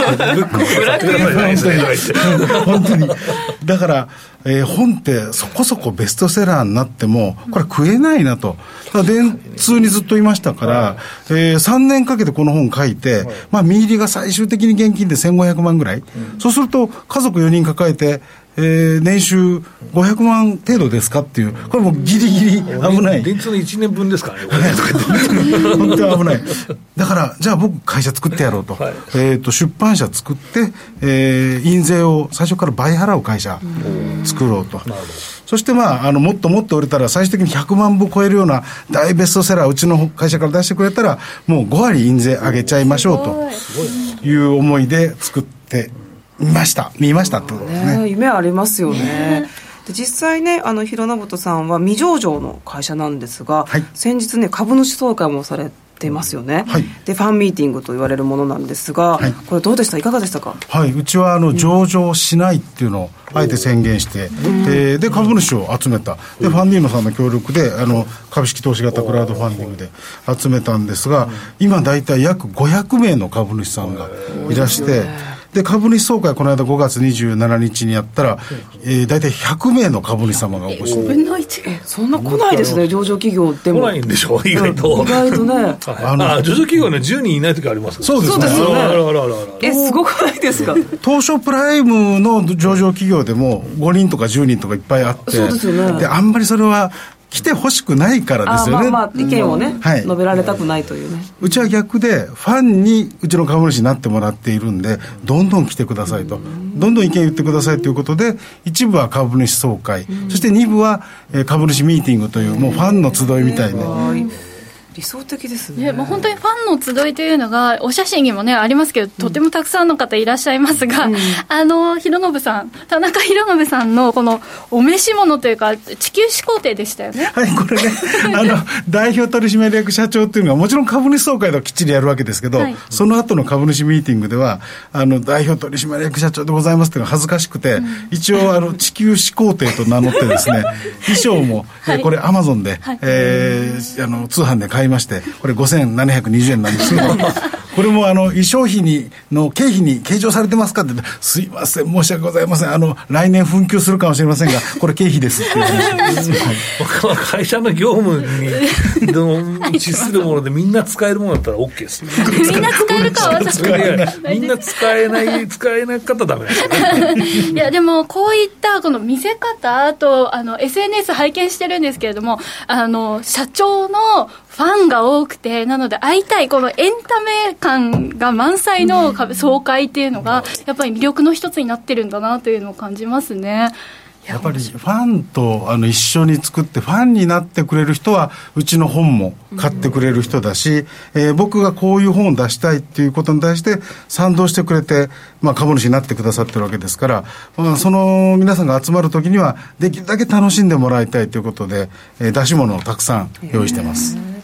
本当にだから、えー、本ってそこそこベストセラーになってもこれ食えないなと、電通にずっといましたから、えー、さんねんかけてこの本書いて、まあ、見入りが最終的に現金でせんごひゃくまんぐらい、うん、そうすると家族よにん抱えて、えー、年収ごひゃくまん程度ですかっていう、これもうギリギリ危ない。 電通のいちねんぶんですからね本当に危ない。だからじゃあ僕会社作ってやろうと、はい、えー、と出版社作って、えー、印税を最初から倍払う会社作ろうと。そしてまあ、あのもっともっと売れたら最終的にひゃくまんぶ超えるような大ベストセラーうちの会社から出してくれたらもうごわり印税上げちゃいましょうという思いで作って見ました見ましたってことですね。 ね、夢ありますよね。で実際ね、あの広信人さんは未上場の会社なんですが、はい、先日ね株主総会もされてますよね、はい、でファンミーティングと言われるものなんですが、はい、これどうでした、いかがでしたか。 はい、うちはあの上場しないっていうのをあえて宣言して、うん、で, で株主を集めた。でファンディーノさんの協力であの株式投資型クラウドファンディングで集めたんですが、今だいたい約ごひゃくめいの株主さんがいらして、で株主総会この間ごがつにじゅうしちにちにやったら、えー、大体ひゃくめいの株主様がお越しで、 ごぶんのいち、えそんな来ないですね。上場企業でも来ないんでしょ意外と意外とねあのあ上場企業ねじゅうにんいない時ありますから。 そうですね。 そうですよね。 あらあらあらあらえすごくないですか。 東証プライムの上場企業でもごにんとかじゅうにんとかいっぱいあって、 そうですよね。 であんまりそれは来てほしくないからですよね。 あ、まあまあ意見をね、うん、はい、述べられたくないというね。 うちは逆でファンにうちの株主になってもらっているんで、どんどん来てくださいと、どんどん意見言ってくださいということで、一部は株主総会、そして二部は株主ミーティングというもうファンの集いみたいね。 理想的ですね。 ね、もう本当にファンの集いというのがお写真にもねありますけど、とてもたくさんの方いらっしゃいますが、うん、あの広信さん、田中広信さんのこのお召し物というか地球始皇帝でしたよね。 はい、これねあの代表取締役社長っていうのはもちろん株主総会ではきっちりやるわけですけど、はい、その後の株主ミーティングではあの代表取締役社長でございますっていうのが恥ずかしくて、うん、一応あの地球始皇帝と名乗ってですね衣装も、はい、えこれアマゾンで、はい、えー、あの通販で買いまして、これごせんななひゃくにじゅうえんなんですけどこれもあの衣装費にの経費に計上されてますかって、すいません申し訳ございません、あの来年紛糾するかもしれませんがこれ経費ですっていう話です僕は会社の業務にの資するものでみんな使えるものだったら OK ですみんな使えるかは私みんな使えない使えなかったらダメですねいやでもこういったこの見せ方、あとあの エスエヌエス 拝見してるんですけれども、あの社長のファンが多くて、なので会いたい、このエンタメ感が満載の総会っていうのがやっぱり魅力の一つになってるんだなというのを感じますね。 やっぱりファンとあの一緒に作ってファンになってくれる人はうちの本も買ってくれる人だし、えー、僕がこういう本を出したいっていうことに対して賛同してくれて、まあ、株主になってくださってるわけですから、まあ、その皆さんが集まるときにはできるだけ楽しんでもらいたいということで、えー、出し物をたくさん用意してます。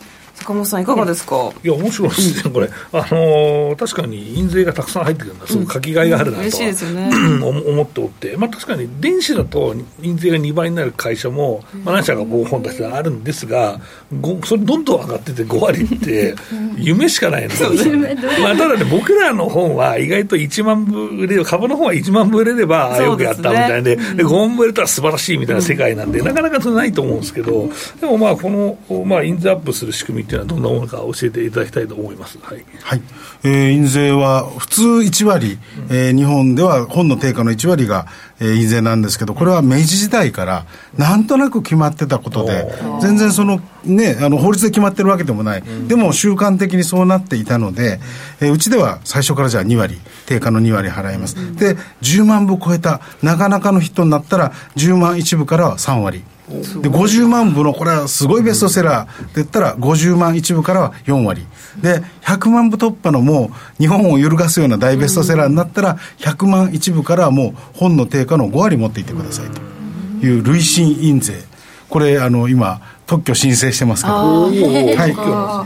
坂本さんいかがですか。 いや面白いですねこれ、あのー、確かに印税がたくさん入ってくるんだ、すごく書きがいがあるなと、うん、 嬉しいですよね思っておって、まあ、確かに電子だと印税がにばいになる会社も、まあ、何社かごほん出してあるんですが、それどんどん上がっててごわりって夢しかないのまあ、ただね僕らの本は意外といちまんぶ売れる、株の方はいちまんぶ売れればよくやったみたいで、でごまんぶ売れたら素晴らしいみたいな世界なんで、うん、なかなかそれないと思うんですけど、でもまあこの、まあ、印税アップする仕組みっていうのはどんなものか教えていただきたいと思います。はい、 はい、えー、印税は普通いちわり、うん、えー、日本では本の定価のいちわりが、えー、印税なんですけど、これは明治時代からなんとなく決まってたことで、全然そのね、あの法律で決まってるわけでもない、うん、でも習慣的にそうなっていたので、えー、うちでは最初からじゃあにわり、定価のにわり払います、うん、でじゅうまんぶ超えたなかなかの人になったらじゅうまんいちぶからはさんわりで、ごじゅうまんぶのこれはすごいベストセラーで言ったらごじゅうまんいちぶからはよんわりで、ひゃくまんぶ突破のもう日本を揺るがすような大ベストセラーになったらひゃくまんいちぶからはもう本の定価のごわり持っていってくださいという累進印税、これあの今特許申請してますけど、はい、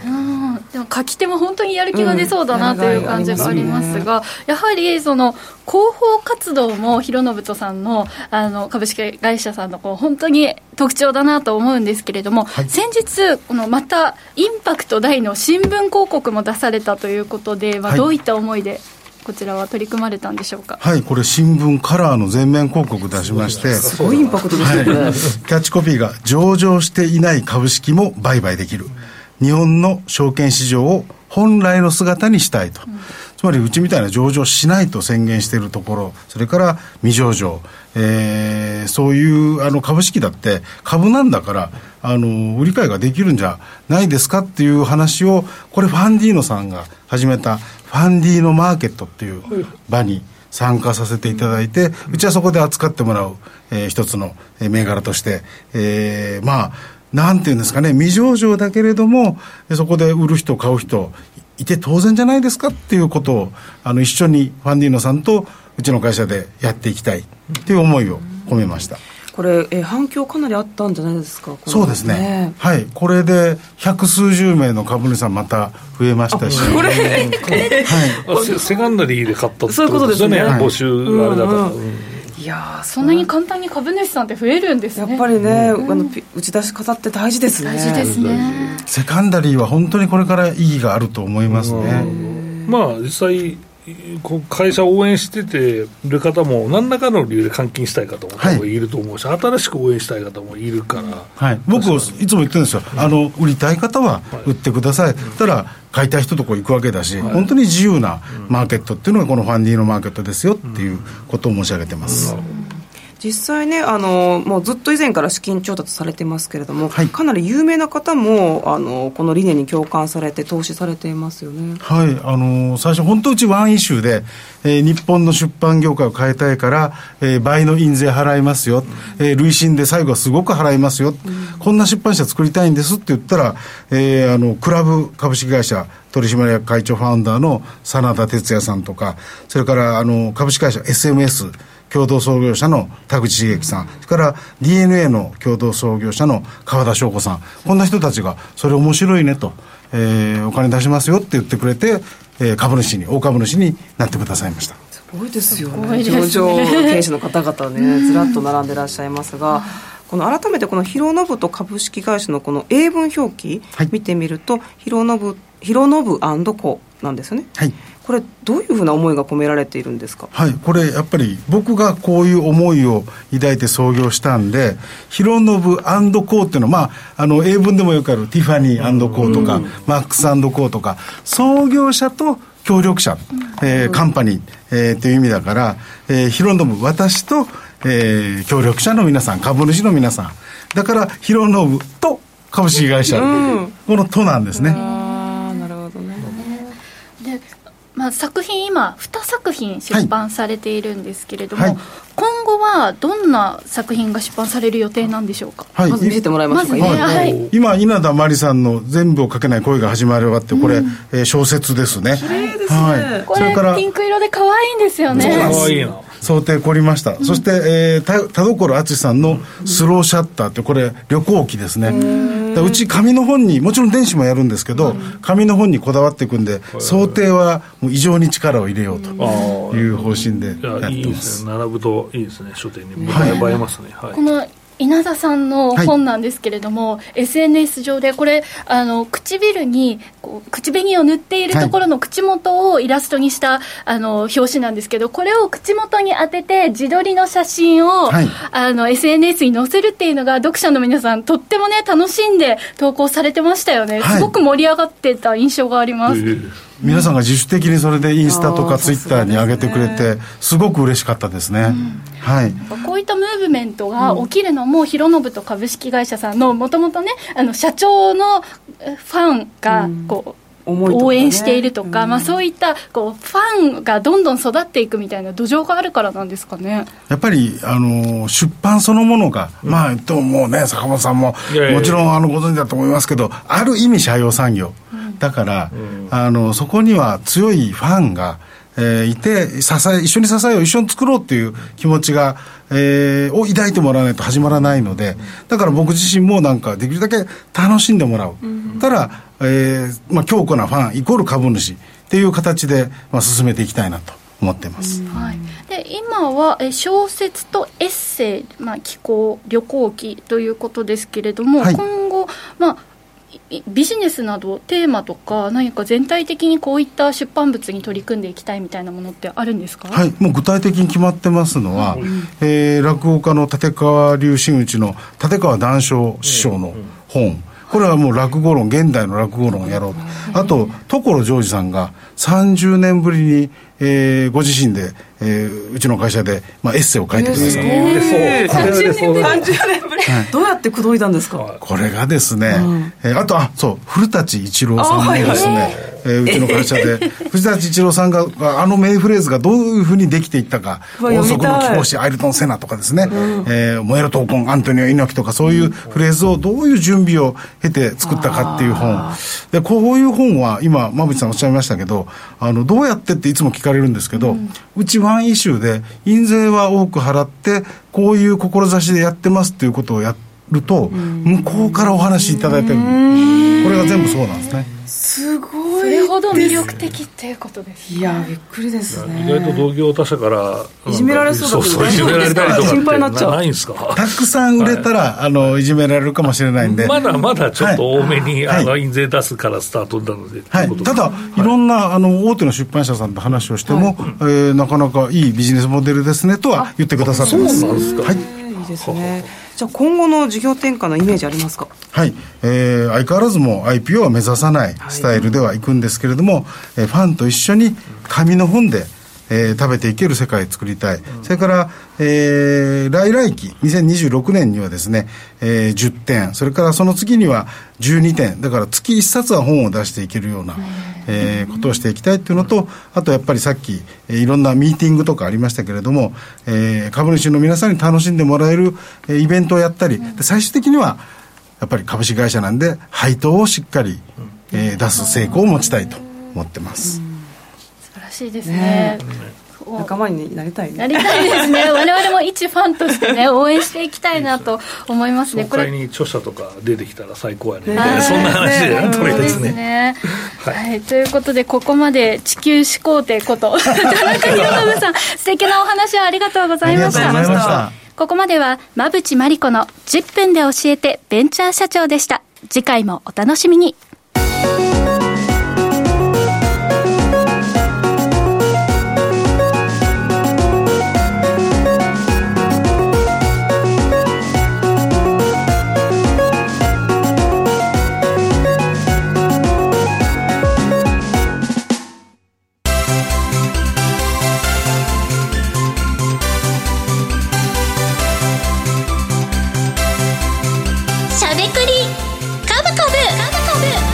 でも書き手も本当にやる気が出そうだなという感じがありますが、うん、やはりその広報活動も広信人さん の, あの株式会社さんのこう本当に特徴だなと思うんですけれども、はい、先日このまたインパクト大の新聞広告も出されたということで、まあ、どういった思いでこちらは取り組まれたんでしょうか。 はい、これ新聞カラーの全面広告出しまして、 すごいインパクトですね、はい、 キャッチコピーが上場していない株式も売買できる、日本の証券市場を本来の姿にしたいと、うん、つまりうちみたいな上場しないと宣言しているところ、それから未上場、えー、そういうあの株式だって株なんだからあの売り買いができるんじゃないですかっていう話を、これファンディーノさんが始めたファンディーノマーケットっていう場に参加させていただいて、うちはそこで扱ってもらう、えー、一つの銘柄として、えー、まあなんていうんですかね、未上場だけれどもそこで売る人買う人いて当然じゃないですかっていうことをあの一緒にファンディーノさんとうちの会社でやっていきたいっていう思いを込めました。 これえ反響かなりあったんじゃないですか。こそうですね、ね、はい、これで百数十名の株主さんまた増えましたし、 これ、はいセ, セカンダリーで買ったってそういうことですね、 募集あれだから、うんうん、 いやそんなに簡単に株主さんって増えるんですね。 やっぱりね、うん、あの打ち出し方って大事ですね。 大事ですね。 セカンダリーは本当にこれから意義があると思いますね。 まあ実際会社を応援しててる方も何らかの理由で換金したい方も多分いると思うし、はい、新しく応援したい方もいるから、 はい、僕いつも言ってるんですよ、うん、あの売りたい方は売ってください、はい、たら買いたい人とこ行くわけだし、はい、本当に自由なマーケットっていうのがこのファンディーノマーケットですよっていうことを申し上げてます、うんうん、 実際ねあのもうずっと以前から資金調達されてますけれども、はい、かなり有名な方もあのこの理念に共感されて投資されていますよね。 はい、あの最初本当うちワンイシューで、えー、日本の出版業界を変えたいから、えー、倍の印税払いますよ、うんえー、累進で最後はすごく払いますよ、うん、こんな出版社作りたいんですって言ったら、えー、あのクラブ株式会社取締役会長ファウンダーの真田哲也さんとか、それからあの株式会社 エスエムエス共同創業者の田口茂樹さん、それから ディーエヌエー の共同創業者の川田翔子さん、こんな人たちがそれ面白いねと、えー、お金出しますよって言ってくれて、えー、株主に大株主になってくださいました。 すごいですよね。上場経営者の方々ねずらっと並んでらっしゃいますが、この改めてこの広信と株式会社のこの英文表記見てみると、はい、広信広信&コなんですよね。はい、これどういうふうな思いが込められているんですか。 はい、これやっぱり僕がこういう思いを抱いて創業したんで、広信&コーっていうのは、まあ、あの英文でもよくあるティファニー&コーとか、マックス&コーとか、創業者と協力者、えー、カンパニー、えー、という意味だから、えー、広信私と、えー、協力者の皆さん、株主の皆さんだから広信と株式会社、うん、このとなんですね。 あ、なるほどね。 でまあ、作品今にさく品出版されているんですけれども、はいはい、今後はどんな作品が出版される予定なんでしょうか。 はい、まず見せてもらいましょうか。 まずね、はい、 今稲田真理さんの全部をかけない恋が始まるわって、これ、うんえー、小説ですね。 綺麗ですね、 はい、 これピンク色で可愛いんですよね。 可愛いな。 想定凝りました、うん、そして、えー、田, 田所淳さんのスローシャッターってこれ旅行機ですね、うち紙の本にもちろん電子もやるんですけど、うん、紙の本にこだわっていくんで、想定はもう異常に力を入れようという方針でやってます。 いいですね、並ぶといいですね、書店に映えますね、はいはい、 この稲田さんの本なんですけれども、はい、エスエヌエス 上でこれあの唇にこう口紅を塗っているところの口元をイラストにした、はい、あの表紙なんですけど、これを口元に当てて自撮りの写真を、はい、あの エスエヌエス に載せるっていうのが読者の皆さんとってもね楽しんで投稿されてましたよね、はい、すごく盛り上がってた印象があります、えー皆さんが自主的にそれでインスタとかツイッターに上げてくれてすごく嬉しかったですね、うん、はい、 こういったムーブメントが起きるのも広信と株式会社さんのもともとねあの社長のファンがこう、うん、応援しているとか、うんまあ、そういったこうファンがどんどん育っていくみたいな土壌があるからなんですかね。 やっぱりあの出版そのものが、うん、まあともうね坂本さんももちろんあのご存知だと思いますけど、ある意味社用産業、うん、だから、うん、あのそこには強いファンが、えー、いて支え一緒に支えを一緒に作ろうっていう気持ちが、えー、を抱いてもらわないと始まらないので、だから僕自身もなんかできるだけ楽しんでもらう、うん、ただ、えーまあ、強固なファンイコール株主っていう形で、まあ、進めていきたいなと思っています、うんはい、で今はえ小説とエッセイ、まあ、寄稿旅行記ということですけれども、はい、今後、まあビジネスなどテーマとか何か全体的にこういった出版物に取り組んでいきたいみたいなものってあるんですか？ はい、もう具体的に決まってますのは、うんえー、落語家の立川流真打の立川談笑師匠の本、うんうん、これはもう落語論現代の落語論をやろうと、うん、あと所ジョージさんがさんじゅうねんぶりに、えー、ご自身で、えー、うちの会社で、まあ、エッセイを書いてくださる、 えー、さんじゅうねんぶり、さんじゅうねんぶり、はい、どうやって口説いたんですか？ これがですね、うんえー、あとあそう古舘一郎さんもですね、えー、うちの会社で古舘一郎さんがあの名フレーズがどういうふうにできていったか、音速の貴公子アイルトン・セナとかですね、うんえー、燃えろ闘魂アントニオ猪木とかそういうフレーズをどういう準備を経て作ったかっていう本で、こういう本は今馬渕さんおっしゃいましたけど、あのどうやってっていつも聞かれるんですけど、うん、うちワンイシューで印税は多く払ってこういう志でやってますっていうことをやると、うん、向こうからお話しいただいてる、これが全部そうなんですね。 すごいそれほど魅力的っていうことです。 いやびっくりですね。 意外と同業他社からいじめられそうだけどそうそういじめられたりとか心配になっちゃう。 ないんですか？ たくさん売れたら、はい、あのいじめられるかもしれないんで、 まだまだちょっと多めに、はい、あの印税出すからスタートなので、 はい、ただ、はい、いろんなあの大手の出版社さんと話をしても、はいえー、なかなかいいビジネスモデルですねとは言ってくださってます。 そうなんですか？ はい、 いいですね。じゃあ今後の事業転換のイメージありますか？ はい、えー、相変わらずも アイピーオー は目指さないスタイルではいくんですけれども、はいえー、ファンと一緒に紙の本で、えー、食べていける世界を作りたい、うん、それから、えー、来来期にせんにじゅうろくねんにはですね、えー、じゅってん、それからその次にはじゅうにてん、だから月いっさつは本を出していけるような、えー、ことをしていきたいというのと、あとやっぱりさっき、えー、いろんなミーティングとかありましたけれども、えー、株主の皆さんに楽しんでもらえる、えー、イベントをやったり、で最終的にはやっぱり株式会社なんで配当をしっかり、えー、出す成功を持ちたいと思ってます、うん、 素晴らしいですね、 仲間になりたいね。 なりたいですね。我々も一ファンとしてね応援していきたいなと思いますね。 これに著者とか出てきたら最高やね。そんな話でやっとりですね。 はい、はい、ということでここまで地球始皇帝こと田中宏信さん素敵なお話をありがとうございました。ありがとうございました。ここまでは馬渕真理子のじゅっぷんで教えてベンチャー社長でした。次回もお楽しみに。 しゃべくりカブカブカブカブ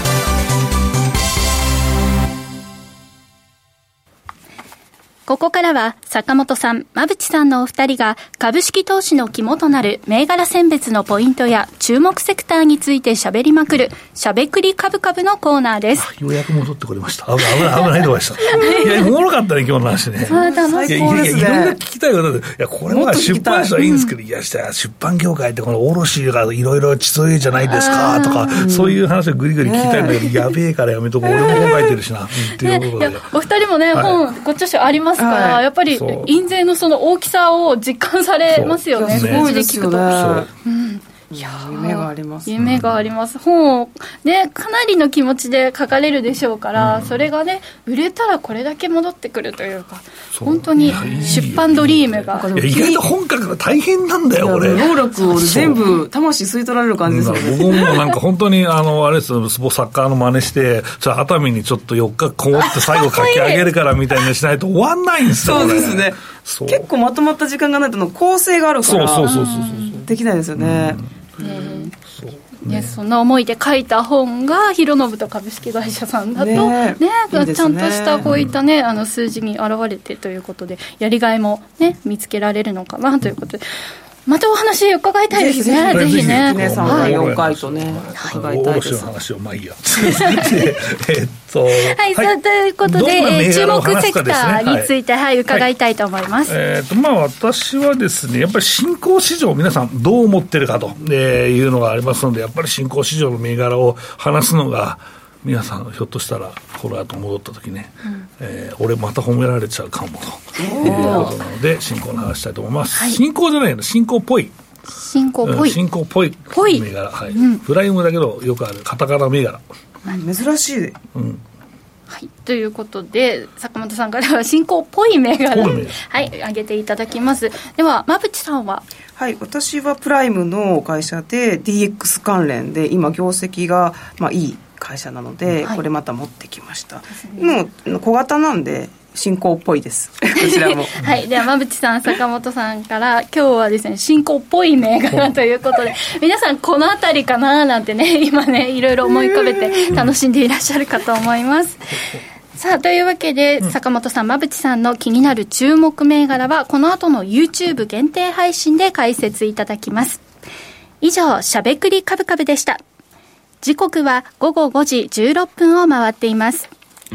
ここからは坂本さん、馬淵さんのお二人が株式投資の肝となる銘柄選別のポイントや注目セクターについて喋りまくるしゃべくり株株のコーナーです。 ようやく戻ってこれました。危ない危ない危ないとこでした。いやおもろかったね今日の話ね。 そう楽しそうですね。 いやいやいろいろ聞きたいことで、いやこれは出版社はいいんですけど、うん、いや出版業界ってこの卸がいろいろ競いじゃないですかとか、うん、そういう話をぐりぐり聞きたいんだけど、ね、やべえからやめとこう。俺も本書いてるしな。っていうことで、 ね、いやお二人もね、はい、本ご著書ありますから、はい、やっぱり印税のその大きさを実感されますよね。 すごいですよね。 そう、うん、いや夢があります、ね、 夢があります。本をねかなりの気持ちで書かれるでしょうから、うん、それがね売れたらこれだけ戻ってくるというか、本当に出版ドリームが。 いや意外と本書くの大変なんだよこれ。 労力を全部魂吸い取られる感じですよね。 僕もなんか本当にあのあれですよ、スポサッカーの真似してじゃあ熱海にちょっとよっかこもって最後書き上げるからみたいにしないと終わんないんですよ。 そうですね。結構まとまった時間がないとの構成があるから、 そうそうそうそうそうできないですよね。 うんねそうね、そんな思いで書いた本が広信と株式会社さんだと、ねねいいね、ちゃんとしたこういった、ね、あの数字に表れてということでやりがいも、ね、見つけられるのかなということで、またお話伺いたいですね。ぜひね。 ね、さんかいよんかいとね、伺いたいです。 卸の話をまあいいや。 えっと、はい、はい、そうということで、えー、注目セクターについて、はい、はい、伺いたいと思います。 はい、えっと、まあ私はですね、やっぱり新興市場皆さんどう思ってるかというのがありますので、やっぱり新興市場の銘柄を話すのが、皆さんひょっとしたらこの後戻った時ね、うん、えー、俺また褒められちゃうかもということなので新興の話したいと思います。はい、新興じゃないの、新興っぽい新興っぽい、 うん、新興っぽい銘柄、はい、うん、プライムだけどよくあるカタカナ銘柄、 珍しいで、 うん、 はい、ということで坂本さんからは新興っぽい銘柄、はい、挙げていただきます。では馬淵さんは。 はい、私はプライムの会社で ディーエックス 関連で今業績がまあいい会社なので、はい、これまた持ってきました。もう小型なんで新興っぽいですこちらもはい、では馬淵さん坂本さんから今日はですね新興っぽい銘柄ということで皆さんこのあたりかななんてね今ねいろいろ思い浮かべて楽しんでいらっしゃるかと思います。さあというわけで、うん、坂本さん馬淵さんの気になる注目銘柄はこの後の YouTube 限定配信で解説いただきます。以上しゃべくりカブカブでした。時刻はごごごじじゅうろっぷんを回っています。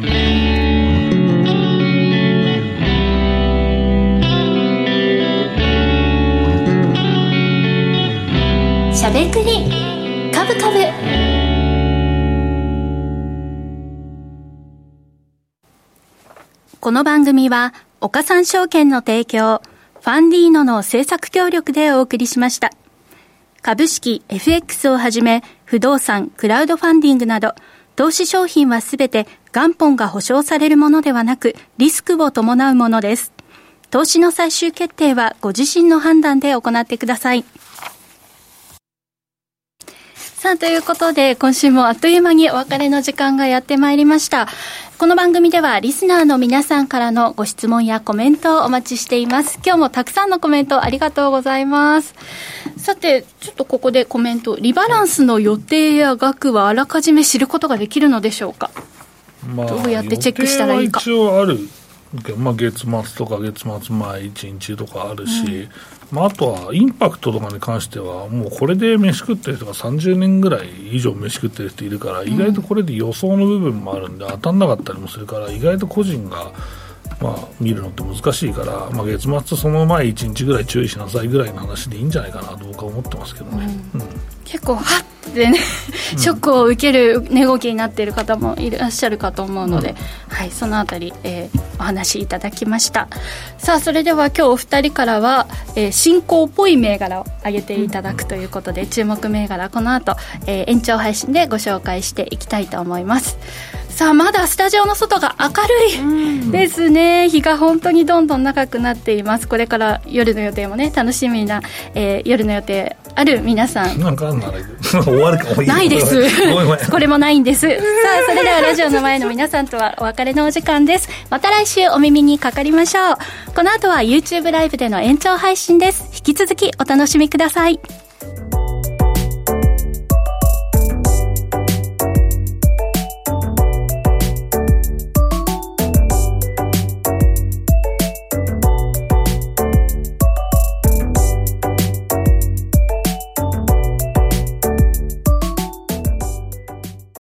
しゃべくりカブカブ。この番組は岡三証券の提供、ファンディーノの制作協力でお送りしました。株式 エフエックス をはじめ不動産、クラウドファンディングなど投資商品はすべて元本が保証されるものではなくリスクを伴うものです。投資の最終決定はご自身の判断で行ってください。さあということで今週もあっという間にお別れの時間がやってまいりました。この番組ではリスナーの皆さんからのご質問やコメントをお待ちしています。今日もたくさんのコメントありがとうございます。さてちょっとここでコメント、リバランスの予定や額はあらかじめ知ることができるのでしょうか。まあ、どうやってチェックしたらいいか。 予定は一応ある、まあ、月末とか月末前いちにちとかあるし、うん、まあ、あとはインパクトとかに関してはもうこれで飯食ってる人がさんじゅうねんぐらい以上飯食ってる人いるから、意外とこれで予想の部分もあるんで当たんなかったりもするから、意外と個人がまあ見るのって難しいから、まあ、月末その前いちにちぐらい注意しなさいぐらいの話でいいんじゃないかなと僕は思ってますけどね、うんうん、 結構はってねショックを受ける値動きになっている方もいらっしゃるかと思うので、うん、はい、そのあたり、えー、お話いただきました。さあそれでは今日お二人からは、えー、新興っぽい銘柄を挙げていただくということで、うん、注目銘柄この後、えー、延長配信でご紹介していきたいと思います。さあまだスタジオの外が明るいですね、うん、日が本当にどんどん長くなっています。これから夜の予定もね楽しみな、えー、夜の予定ある皆さんなんかあんな終わるかもいいないですこれもないんですさあそれではラジオの前の皆さんとはお別れのお時間です。また来週お耳にかかりましょう。この後は YouTube ライブでの延長配信です。引き続きお楽しみください。